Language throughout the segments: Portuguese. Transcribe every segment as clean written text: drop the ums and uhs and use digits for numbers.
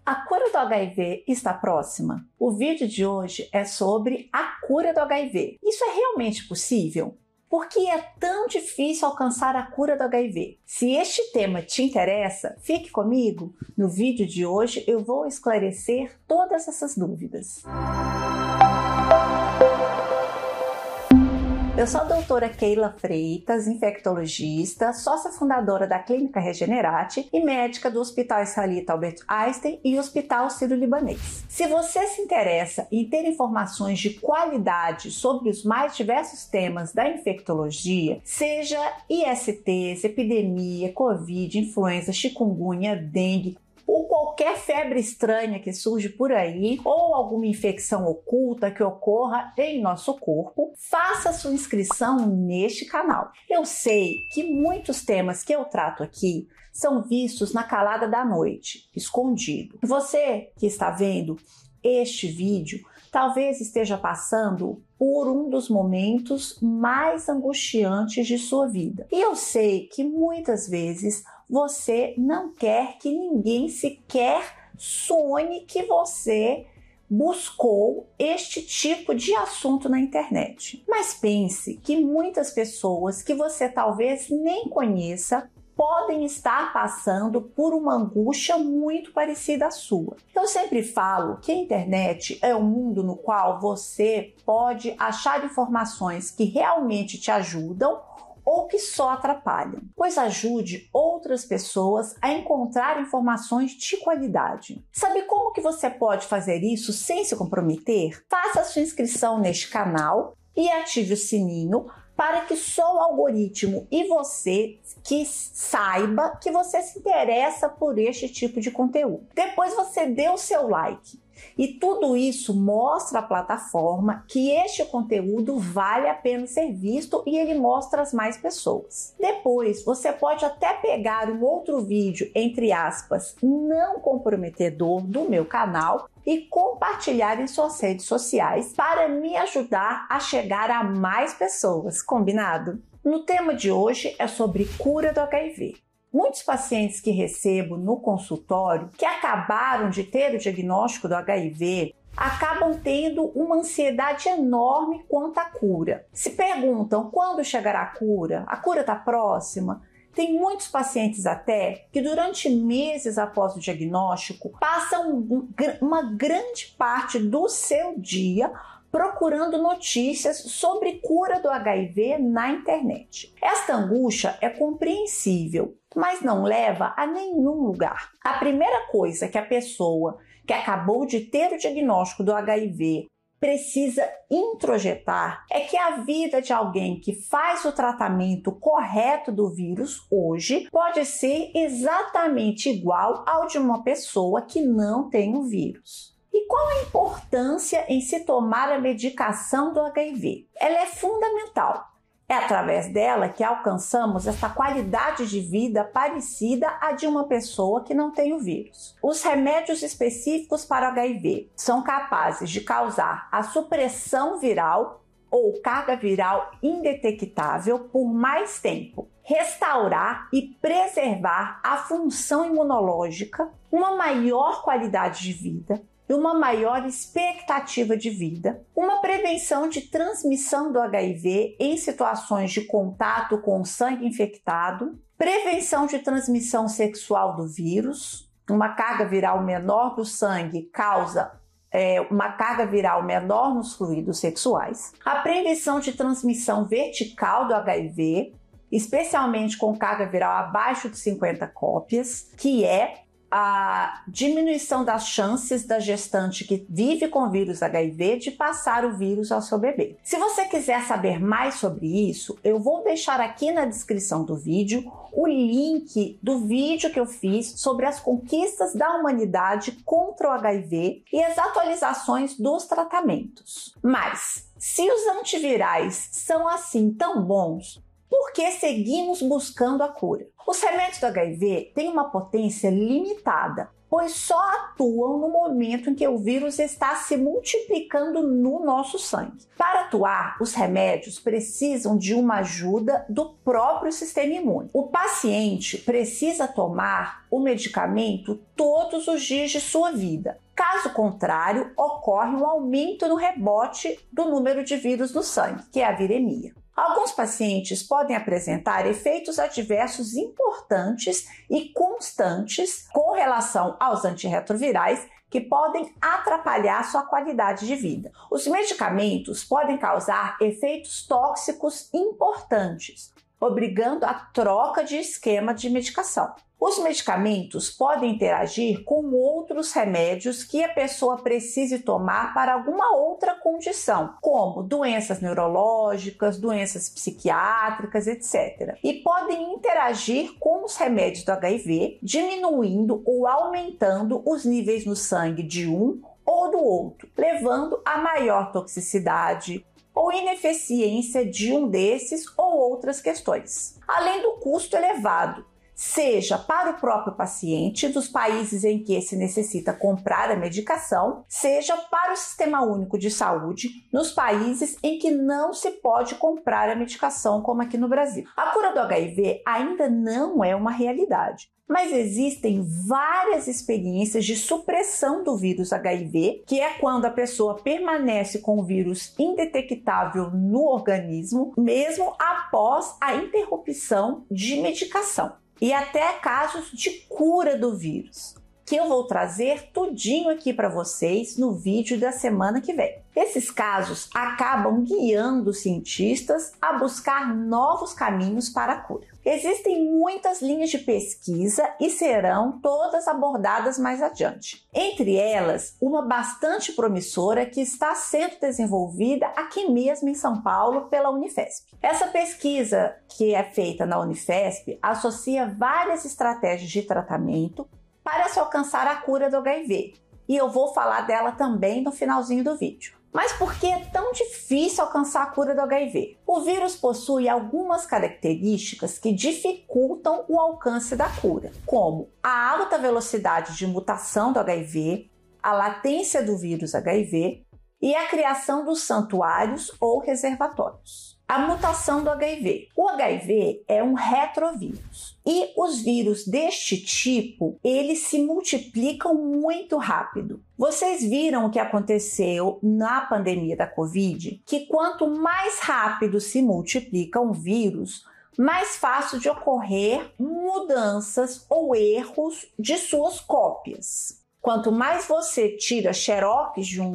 A cura do HIV está próxima? O vídeo de hoje é sobre a cura do HIV. Isso é realmente possível? Por que é tão difícil alcançar a cura do HIV? Se este tema te interessa, fique comigo. No vídeo de hoje eu vou esclarecer todas essas dúvidas. Eu sou a doutora Keila Freitas, infectologista, sócia fundadora da Clínica Regenerate e médica do Hospital Israelita Albert Einstein e Hospital Sírio-Libanês. Se você se interessa em ter informações de qualidade sobre os mais diversos temas da infectologia, seja ISTs, epidemia, Covid, influenza, chikungunya, dengue, ou qualquer febre estranha que surge por aí, ou alguma infecção oculta que ocorra em nosso corpo, faça sua inscrição neste canal. Eu sei que muitos temas que eu trato aqui são vistos na calada da noite, escondido. Você que está vendo este vídeo talvez esteja passando por um dos momentos mais angustiantes de sua vida. E eu sei que muitas vezes você não quer que ninguém sequer sonhe que você buscou este tipo de assunto na internet. Mas pense que muitas pessoas que você talvez nem conheça podem estar passando por uma angústia muito parecida à sua. Eu sempre falo que a internet é um mundo no qual você pode achar informações que realmente te ajudam ou que só atrapalham, pois ajude outras pessoas a encontrar informações de qualidade. Sabe como que você pode fazer isso sem se comprometer? Faça sua inscrição neste canal e ative o sininho para que só o algoritmo e você que saiba que você se interessa por este tipo de conteúdo. Depois você dê o seu like. E tudo isso mostra à plataforma que este conteúdo vale a pena ser visto e ele mostra às mais pessoas. Depois, você pode até pegar um outro vídeo, entre aspas, não comprometedor do meu canal e compartilhar em suas redes sociais para me ajudar a chegar a mais pessoas, combinado? No tema de hoje é sobre cura do HIV. Muitos pacientes que recebo no consultório que acabaram de ter o diagnóstico do HIV acabam tendo uma ansiedade enorme quanto à cura. Se perguntam quando chegará a cura está próxima? Tem muitos pacientes até que durante meses após o diagnóstico passam uma grande parte do seu dia procurando notícias sobre cura do HIV na internet. Esta angústia é compreensível, mas não leva a nenhum lugar. A primeira coisa que a pessoa que acabou de ter o diagnóstico do HIV precisa introjetar é que a vida de alguém que faz o tratamento correto do vírus hoje pode ser exatamente igual ao de uma pessoa que não tem o vírus. E qual a importância em se tomar a medicação do HIV? Ela é fundamental. É através dela que alcançamos essa qualidade de vida parecida à de uma pessoa que não tem o vírus. Os remédios específicos para o HIV são capazes de causar a supressão viral ou carga viral indetectável por mais tempo, restaurar e preservar a função imunológica, uma maior qualidade de vida, uma maior expectativa de vida, uma prevenção de transmissão do HIV em situações de contato com o sangue infectado, prevenção de transmissão sexual do vírus, uma carga viral menor do sangue causa uma carga viral menor nos fluidos sexuais, a prevenção de transmissão vertical do HIV, especialmente com carga viral abaixo de 50 cópias, que é a diminuição das chances da gestante que vive com vírus HIV de passar o vírus ao seu bebê. Se você quiser saber mais sobre isso, eu vou deixar aqui na descrição do vídeo o link do vídeo que eu fiz sobre as conquistas da humanidade contra o HIV e as atualizações dos tratamentos. Mas, se os antivirais são assim tão bons, por que seguimos buscando a cura? Os remédios do HIV têm uma potência limitada, pois só atuam no momento em que o vírus está se multiplicando no nosso sangue. Para atuar, os remédios precisam de uma ajuda do próprio sistema imune. O paciente precisa tomar o medicamento todos os dias de sua vida. Caso contrário, ocorre um aumento no rebote do número de vírus no sangue, que é a viremia. Alguns pacientes podem apresentar efeitos adversos importantes e constantes com relação aos antirretrovirais, que podem atrapalhar sua qualidade de vida. Os medicamentos podem causar efeitos tóxicos importantes, obrigando a troca de esquema de medicação. Os medicamentos podem interagir com outros remédios que a pessoa precise tomar para alguma outra condição, como doenças neurológicas, doenças psiquiátricas, etc. E podem interagir com os remédios do HIV, diminuindo ou aumentando os níveis no sangue de um ou do outro, levando a maior toxicidade ou ineficiência de um desses ou outras questões. Além do custo elevado, seja para o próprio paciente, dos países em que se necessita comprar a medicação, seja para o Sistema Único de Saúde, nos países em que não se pode comprar a medicação, como aqui no Brasil. A cura do HIV ainda não é uma realidade, mas existem várias experiências de supressão do vírus HIV, que é quando a pessoa permanece com o vírus indetectável no organismo, mesmo após a interrupção de medicação. E até casos de cura do vírus, que eu vou trazer tudinho aqui para vocês no vídeo da semana que vem. Esses casos acabam guiando os cientistas a buscar novos caminhos para a cura. Existem muitas linhas de pesquisa e serão todas abordadas mais adiante. Entre elas, uma bastante promissora que está sendo desenvolvida aqui mesmo em São Paulo pela Unifesp. Essa pesquisa, que é feita na Unifesp, associa várias estratégias de tratamento para se alcançar a cura do HIV. E eu vou falar dela também no finalzinho do vídeo. Mas por que é tão difícil alcançar a cura do HIV? O vírus possui algumas características que dificultam o alcance da cura, como a alta velocidade de mutação do HIV, a latência do vírus HIV e a criação dos santuários ou reservatórios. A mutação do HIV. O HIV é um retrovírus e os vírus deste tipo, eles se multiplicam muito rápido. Vocês viram o que aconteceu na pandemia da Covid? Que quanto mais rápido se multiplica um vírus, mais fácil de ocorrer mudanças ou erros de suas cópias. Quanto mais você tira xerox de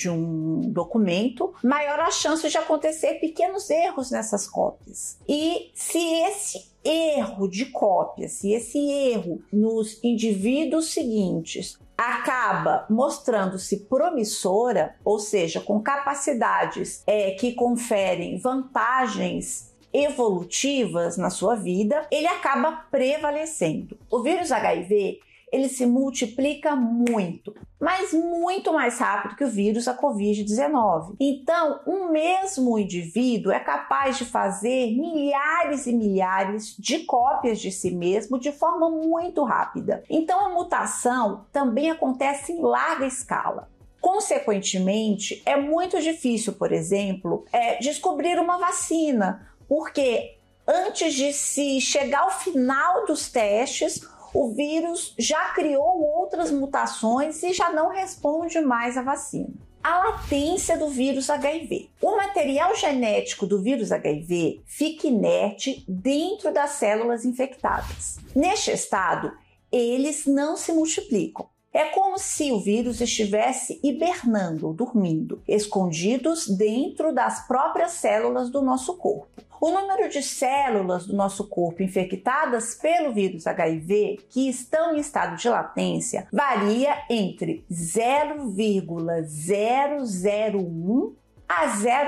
um documento, maior a chance de acontecer pequenos erros nessas cópias. E se esse erro de cópia, se esse erro nos indivíduos seguintes acaba mostrando-se promissora, ou seja, com capacidades que conferem vantagens evolutivas na sua vida, ele acaba prevalecendo. O vírus HIV, ele se multiplica muito, mas muito mais rápido que o vírus da Covid-19. Então, um mesmo indivíduo é capaz de fazer milhares e milhares de cópias de si mesmo de forma muito rápida. Então, a mutação também acontece em larga escala. Consequentemente, é muito difícil, por exemplo, descobrir uma vacina, porque antes de se chegar ao final dos testes, o vírus já criou outras mutações e já não responde mais à vacina. A latência do vírus HIV. O material genético do vírus HIV fica inerte dentro das células infectadas. Neste estado, eles não se multiplicam. É como se o vírus estivesse hibernando, dormindo, escondidos dentro das próprias células do nosso corpo. O número de células do nosso corpo infectadas pelo vírus HIV que estão em estado de latência varia entre 0,001 a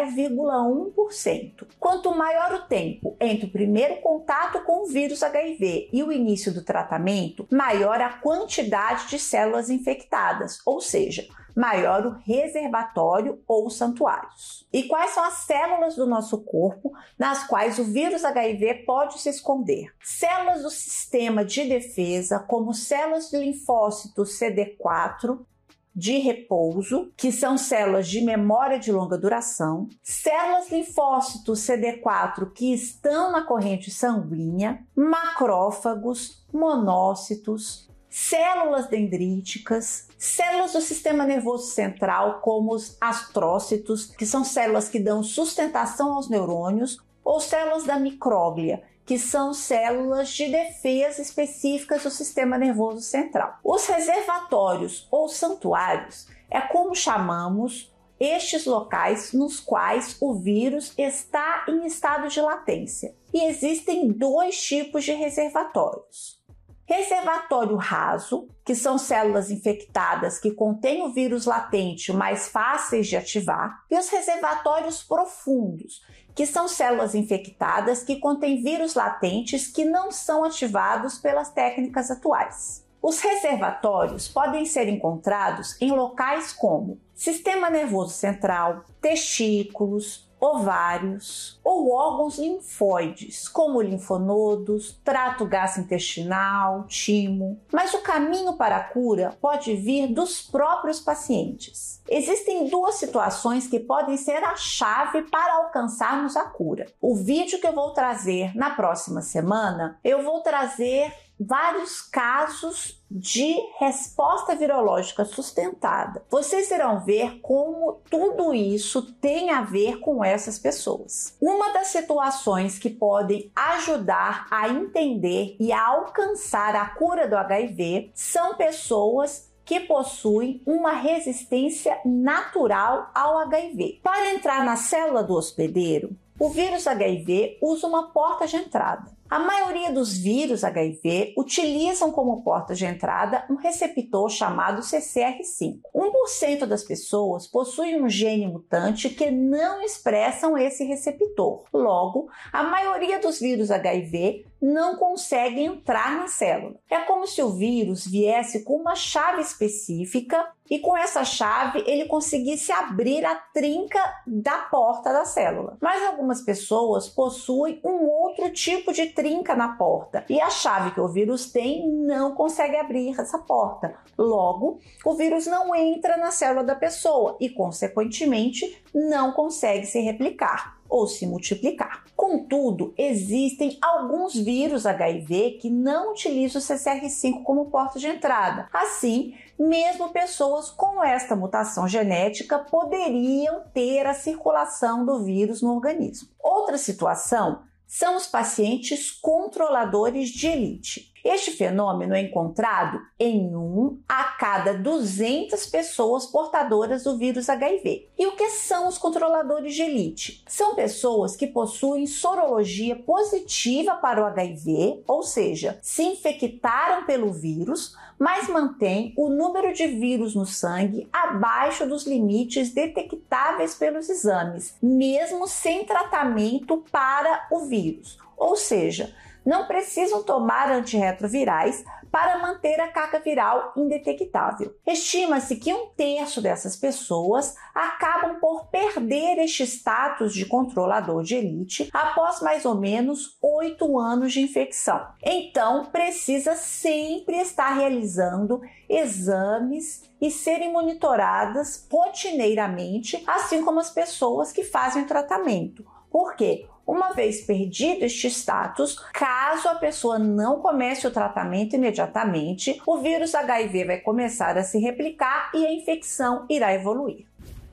0,1%. Quanto maior o tempo entre o primeiro contato com o vírus HIV e o início do tratamento, maior a quantidade de células infectadas, ou seja, maior o reservatório ou santuários. E quais são as células do nosso corpo nas quais o vírus HIV pode se esconder? Células do sistema de defesa, como células de linfócitos CD4, de repouso, que são células de memória de longa duração, células linfócitos CD4 que estão na corrente sanguínea, macrófagos, monócitos, células dendríticas, células do sistema nervoso central, como os astrócitos, que são células que dão sustentação aos neurônios, ou células da micróglia, que são células de defesa específicas do sistema nervoso central. Os reservatórios ou santuários é como chamamos estes locais nos quais o vírus está em estado de latência. E existem dois tipos de reservatórios. Reservatório raso, que são células infectadas que contêm o vírus latente, mais fáceis de ativar, e os reservatórios profundos, que são células infectadas que contêm vírus latentes que não são ativados pelas técnicas atuais. Os reservatórios podem ser encontrados em locais como sistema nervoso central, testículos, ovários ou órgãos linfóides, como linfonodos, trato gastrointestinal, timo. Mas o caminho para a cura pode vir dos próprios pacientes. Existem duas situações que podem ser a chave para alcançarmos a cura. O vídeo que eu vou trazer na próxima semana, eu vou trazer vários casos de resposta virológica sustentada. Vocês irão ver como tudo isso tem a ver com essas pessoas. Uma das situações que podem ajudar a entender e a alcançar a cura do HIV são pessoas que possuem uma resistência natural ao HIV. Para entrar na célula do hospedeiro, o vírus HIV usa uma porta de entrada. A maioria dos vírus HIV utilizam como porta de entrada um receptor chamado CCR5. 1% das pessoas possuem um gene mutante que não expressam esse receptor. Logo, a maioria dos vírus HIV não consegue entrar na célula. É como se o vírus viesse com uma chave específica e com essa chave ele conseguisse abrir a trinca da porta da célula. Mas algumas pessoas possuem um outro tipo de trinca na porta e a chave que o vírus tem não consegue abrir essa porta. Logo, o vírus não entra na célula da pessoa e, consequentemente, não consegue se replicar ou se multiplicar. Contudo, existem alguns vírus HIV que não utilizam o CCR5 como porta de entrada. Assim, mesmo pessoas com esta mutação genética poderiam ter a circulação do vírus no organismo. Outra situação são os pacientes controladores de elite. Este fenômeno é encontrado em 1 a cada 200 pessoas portadoras do vírus HIV. E o que são os controladores de elite? São pessoas que possuem sorologia positiva para o HIV, ou seja, se infectaram pelo vírus, mas mantêm o número de vírus no sangue abaixo dos limites detectáveis pelos exames, mesmo sem tratamento para o vírus. Ou seja, não precisam tomar antirretrovirais para manter a carga viral indetectável. Estima-se que 1/3 dessas pessoas acabam por perder este status de controlador de elite após mais ou menos 8 anos de infecção. Então, precisa sempre estar realizando exames e serem monitoradas rotineiramente, assim como as pessoas que fazem o tratamento. Por quê? Uma vez perdido este status, caso a pessoa não comece o tratamento imediatamente, o vírus HIV vai começar a se replicar e a infecção irá evoluir.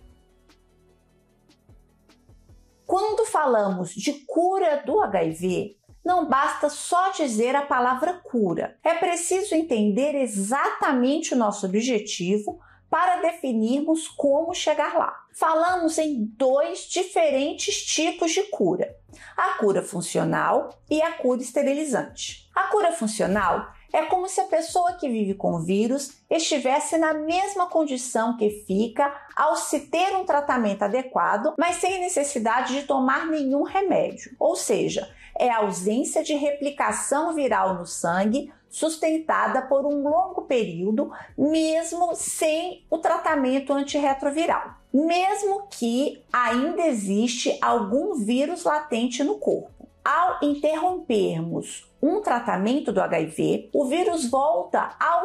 Quando falamos de cura do HIV, não basta só dizer a palavra cura. É preciso entender exatamente o nosso objetivo para definirmos como chegar lá. Falamos em 2 diferentes tipos de cura: a cura funcional e a cura esterilizante. A cura funcional É como se a pessoa que vive com o vírus estivesse na mesma condição que fica ao se ter um tratamento adequado, mas sem necessidade de tomar nenhum remédio. Ou seja, é a ausência de replicação viral no sangue sustentada por um longo período, mesmo sem o tratamento antirretroviral. Mesmo que ainda existe algum vírus latente no corpo. Ao interrompermos um tratamento do HIV, o vírus volta a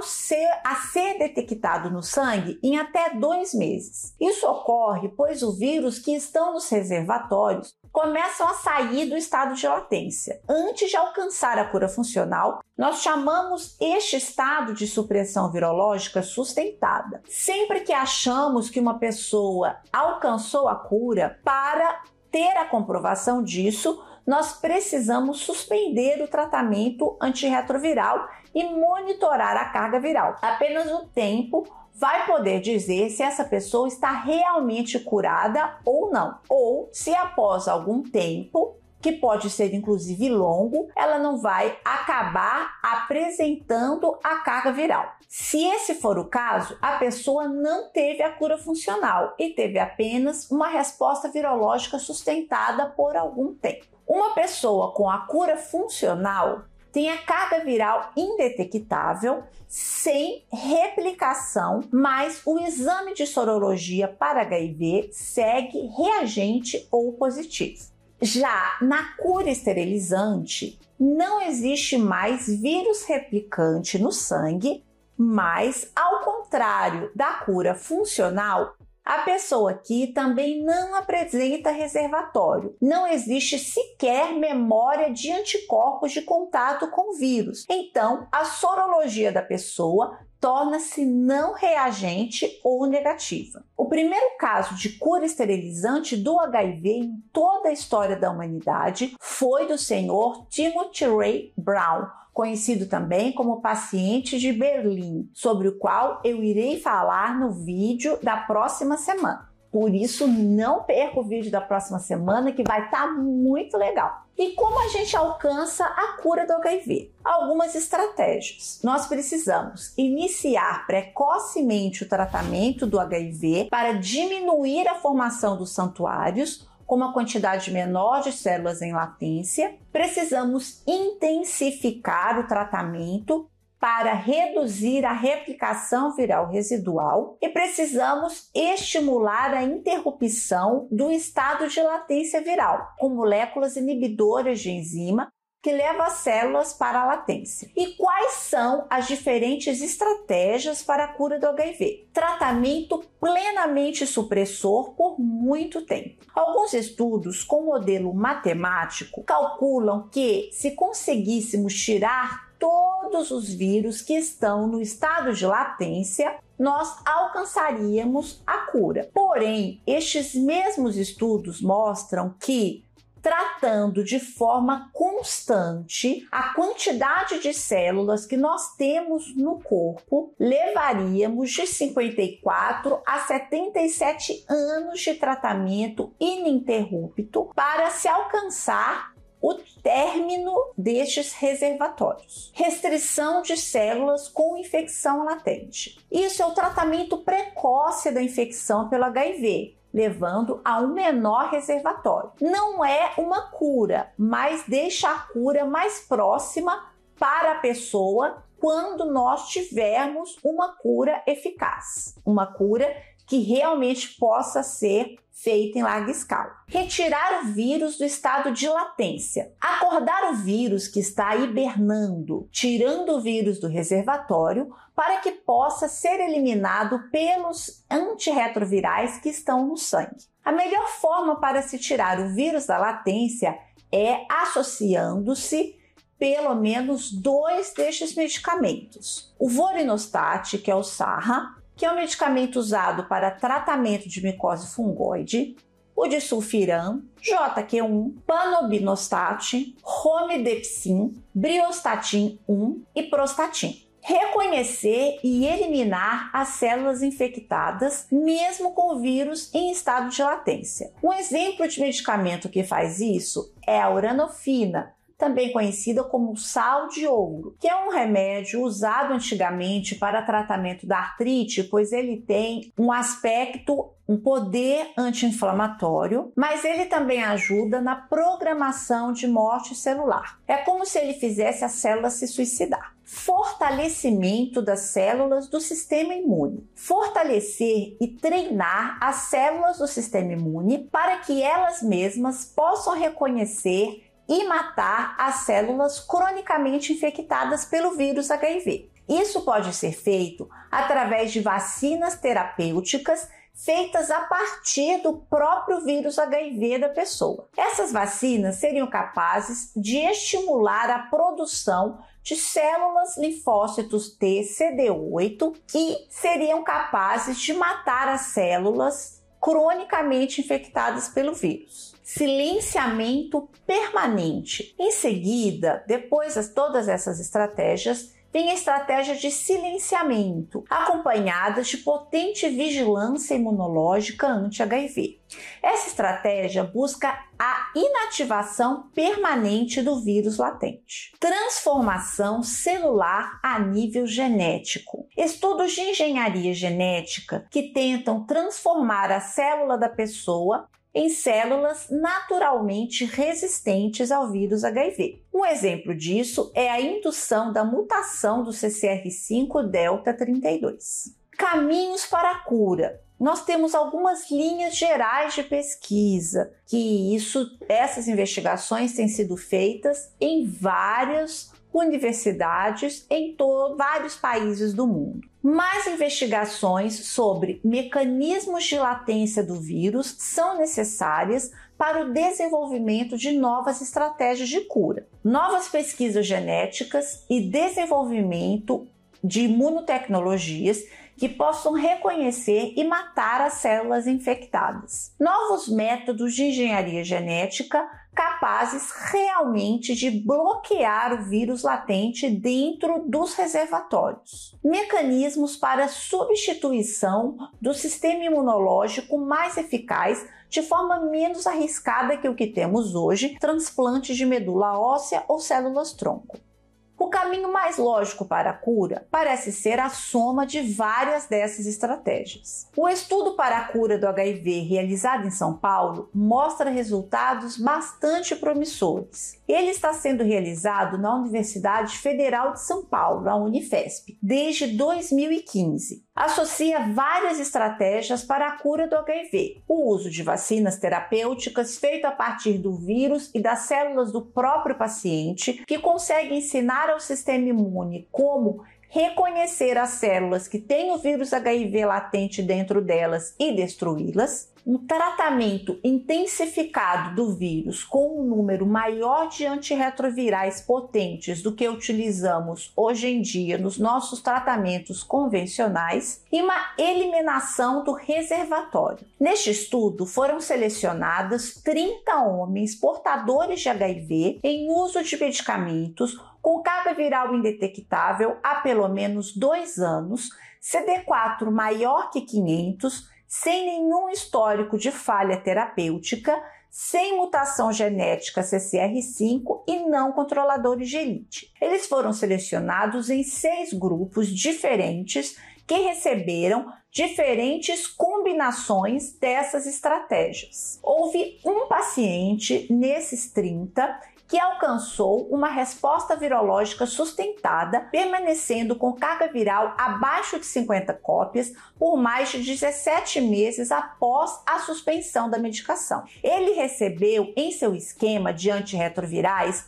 ser detectado no sangue em até 2 meses. Isso ocorre pois os vírus que estão nos reservatórios começam a sair do estado de latência. Antes de alcançar a cura funcional, nós chamamos este estado de supressão virológica sustentada. Sempre que achamos que uma pessoa alcançou a cura, para ter a comprovação disso, nós precisamos suspender o tratamento antirretroviral e monitorar a carga viral. Apenas o tempo vai poder dizer se essa pessoa está realmente curada ou não, ou se após algum tempo, que pode ser inclusive longo, ela não vai acabar apresentando a carga viral. Se esse for o caso, a pessoa não teve a cura funcional e teve apenas uma resposta virológica sustentada por algum tempo. Uma pessoa com a cura funcional tem a carga viral indetectável, sem replicação, mas o exame de sorologia para HIV segue reagente ou positivo. Já na cura esterilizante, não existe mais vírus replicante no sangue, mas, ao contrário da cura funcional, a pessoa aqui também não apresenta reservatório. Não existe sequer memória de anticorpos de contato com o vírus. Então, a sorologia da pessoa torna-se não reagente ou negativa. O primeiro caso de cura esterilizante do HIV em toda a história da humanidade foi do senhor Timothy Ray Brown, conhecido também como paciente de Berlim, sobre o qual eu irei falar no vídeo da próxima semana. Por isso, não perca o vídeo da próxima semana, que vai estar muito legal. E como a gente alcança a cura do HIV? Algumas estratégias. Nós precisamos iniciar precocemente o tratamento do HIV para diminuir a formação dos santuários, com uma quantidade menor de células em latência. Precisamos intensificar o tratamento para reduzir a replicação viral residual e precisamos estimular a interrupção do estado de latência viral, com moléculas inibidoras de enzima que leva as células para a latência. E quais são as diferentes estratégias para a cura do HIV? Tratamento plenamente supressor por muito tempo. Alguns estudos com modelo matemático calculam que, se conseguíssemos tirar todos os vírus que estão no estado de latência, nós alcançaríamos a cura. Porém, estes mesmos estudos mostram que, tratando de forma constante a quantidade de células que nós temos no corpo, levaríamos de 54 a 77 anos de tratamento ininterrupto para se alcançar o término destes reservatórios. Restrição de células com infecção latente. Isso é o tratamento precoce da infecção pelo HIV, levando a um menor reservatório. Não é uma cura, mas deixa a cura mais próxima para a pessoa quando nós tivermos uma cura eficaz, uma cura que realmente possa ser feita em larga escala. Retirar o vírus do estado de latência. Acordar o vírus que está hibernando, tirando o vírus do reservatório para que possa ser eliminado pelos antirretrovirais que estão no sangue. A melhor forma para se tirar o vírus da latência é associando-se pelo menos 2 destes medicamentos. O vorinostat, que é o SARA, que é um medicamento usado para tratamento de micose fungoide, o disulfiram, JQ1, panobinostat, romidepsin, briostatin 1 e prostatin. Reconhecer e eliminar as células infectadas, mesmo com o vírus em estado de latência. Um exemplo de medicamento que faz isso é a uranofina, também conhecida como sal de ouro, que é um remédio usado antigamente para tratamento da artrite, pois ele tem um poder anti-inflamatório, mas ele também ajuda na programação de morte celular. É como se ele fizesse as células se suicidar. Fortalecimento das células do sistema imune. Fortalecer e treinar as células do sistema imune para que elas mesmas possam reconhecer e matar as células cronicamente infectadas pelo vírus HIV. Isso pode ser feito através de vacinas terapêuticas feitas a partir do próprio vírus HIV da pessoa. Essas vacinas seriam capazes de estimular a produção de células linfócitos T CD8 que seriam capazes de matar as células cronicamente infectadas pelo vírus. Silenciamento permanente. Em seguida, depois de todas essas estratégias, vem a estratégia de silenciamento, acompanhada de potente vigilância imunológica anti-HIV. Essa estratégia busca a inativação permanente do vírus latente. Transformação celular a nível genético. Estudos de engenharia genética que tentam transformar a célula da pessoa em células naturalmente resistentes ao vírus HIV. Um exemplo disso é a indução da mutação do CCR5 delta 32. Caminhos para a cura. Nós temos algumas linhas gerais de pesquisa, essas investigações têm sido feitas em várias universidades em vários países do mundo. Mais investigações sobre mecanismos de latência do vírus são necessárias para o desenvolvimento de novas estratégias de cura. Novas pesquisas genéticas e desenvolvimento de imunotecnologias que possam reconhecer e matar as células infectadas. Novos métodos de engenharia genética capazes realmente de bloquear o vírus latente dentro dos reservatórios. Mecanismos para substituição do sistema imunológico mais eficaz de forma menos arriscada que o que temos hoje, transplantes de medula óssea ou células-tronco. O caminho mais lógico para a cura parece ser a soma de várias dessas estratégias. O estudo para a cura do HIV realizado em São Paulo mostra resultados bastante promissores. Ele está sendo realizado na Universidade Federal de São Paulo, a Unifesp, desde 2015. Associa várias estratégias para a cura do HIV. O uso de vacinas terapêuticas feito a partir do vírus e das células do próprio paciente, que consegue ensinar ao sistema imune como reconhecer as células que têm o vírus HIV latente dentro delas e destruí-las. Um tratamento intensificado do vírus com um número maior de antirretrovirais potentes do que utilizamos hoje em dia nos nossos tratamentos convencionais e uma eliminação do reservatório. Neste estudo foram selecionados 30 homens portadores de HIV em uso de medicamentos com carga viral indetectável há pelo menos 2 anos, CD4 maior que 500, sem nenhum histórico de falha terapêutica, sem mutação genética CCR5 e não controladores de elite. Eles foram selecionados em 6 grupos diferentes que receberam diferentes combinações dessas estratégias. Houve um paciente nesses 30 que alcançou uma resposta virológica sustentada, permanecendo com carga viral abaixo de 50 cópias por mais de 17 meses após a suspensão da medicação. Ele recebeu em seu esquema de antirretrovirais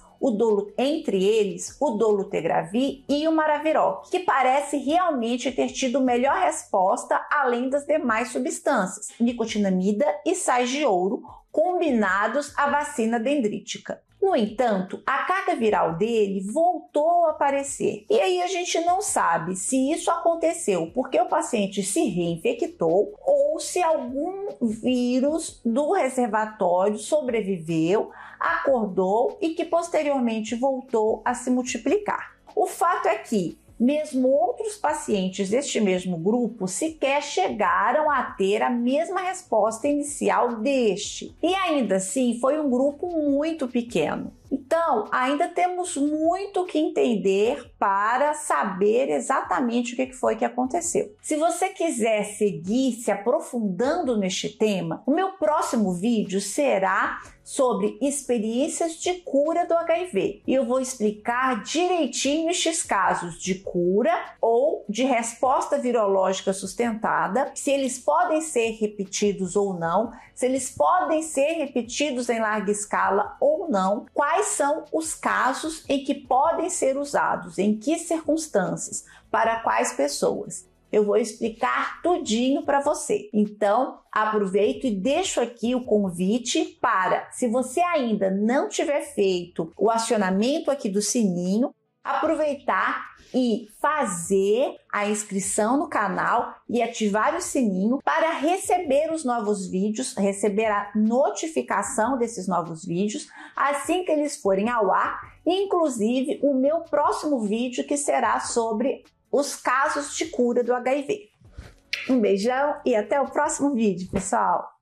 entre eles o dolutegravir e o Maraviroc, que parece realmente ter tido melhor resposta além das demais substâncias, nicotinamida e sais de ouro, combinados à vacina dendrítica. No entanto, a carga viral dele voltou a aparecer. E aí a gente não sabe se isso aconteceu porque o paciente se reinfectou ou se algum vírus do reservatório sobreviveu, acordou e que posteriormente voltou a se multiplicar. O fato é que mesmo outros pacientes deste mesmo grupo sequer chegaram a ter a mesma resposta inicial deste. E ainda assim foi um grupo muito pequeno. E Então, ainda temos muito que entender para saber exatamente o que foi que aconteceu. Se você quiser seguir se aprofundando neste tema, o meu próximo vídeo será sobre experiências de cura do HIV. E eu vou explicar direitinho estes casos de cura ou de resposta virológica sustentada, se eles podem ser repetidos ou não, se eles podem ser repetidos em larga escala ou não, quais são os casos em que podem ser usados, em que circunstâncias, para quais pessoas. Eu vou explicar tudinho para você. Então, aproveito e deixo aqui o convite para, se você ainda não tiver feito o acionamento aqui do sininho, aproveitar e fazer a inscrição no canal e ativar o sininho para receber os novos vídeos, receber a notificação desses novos vídeos assim que eles forem ao ar, inclusive o meu próximo vídeo que será sobre os casos de cura do HIV. Um beijão e até o próximo vídeo, pessoal!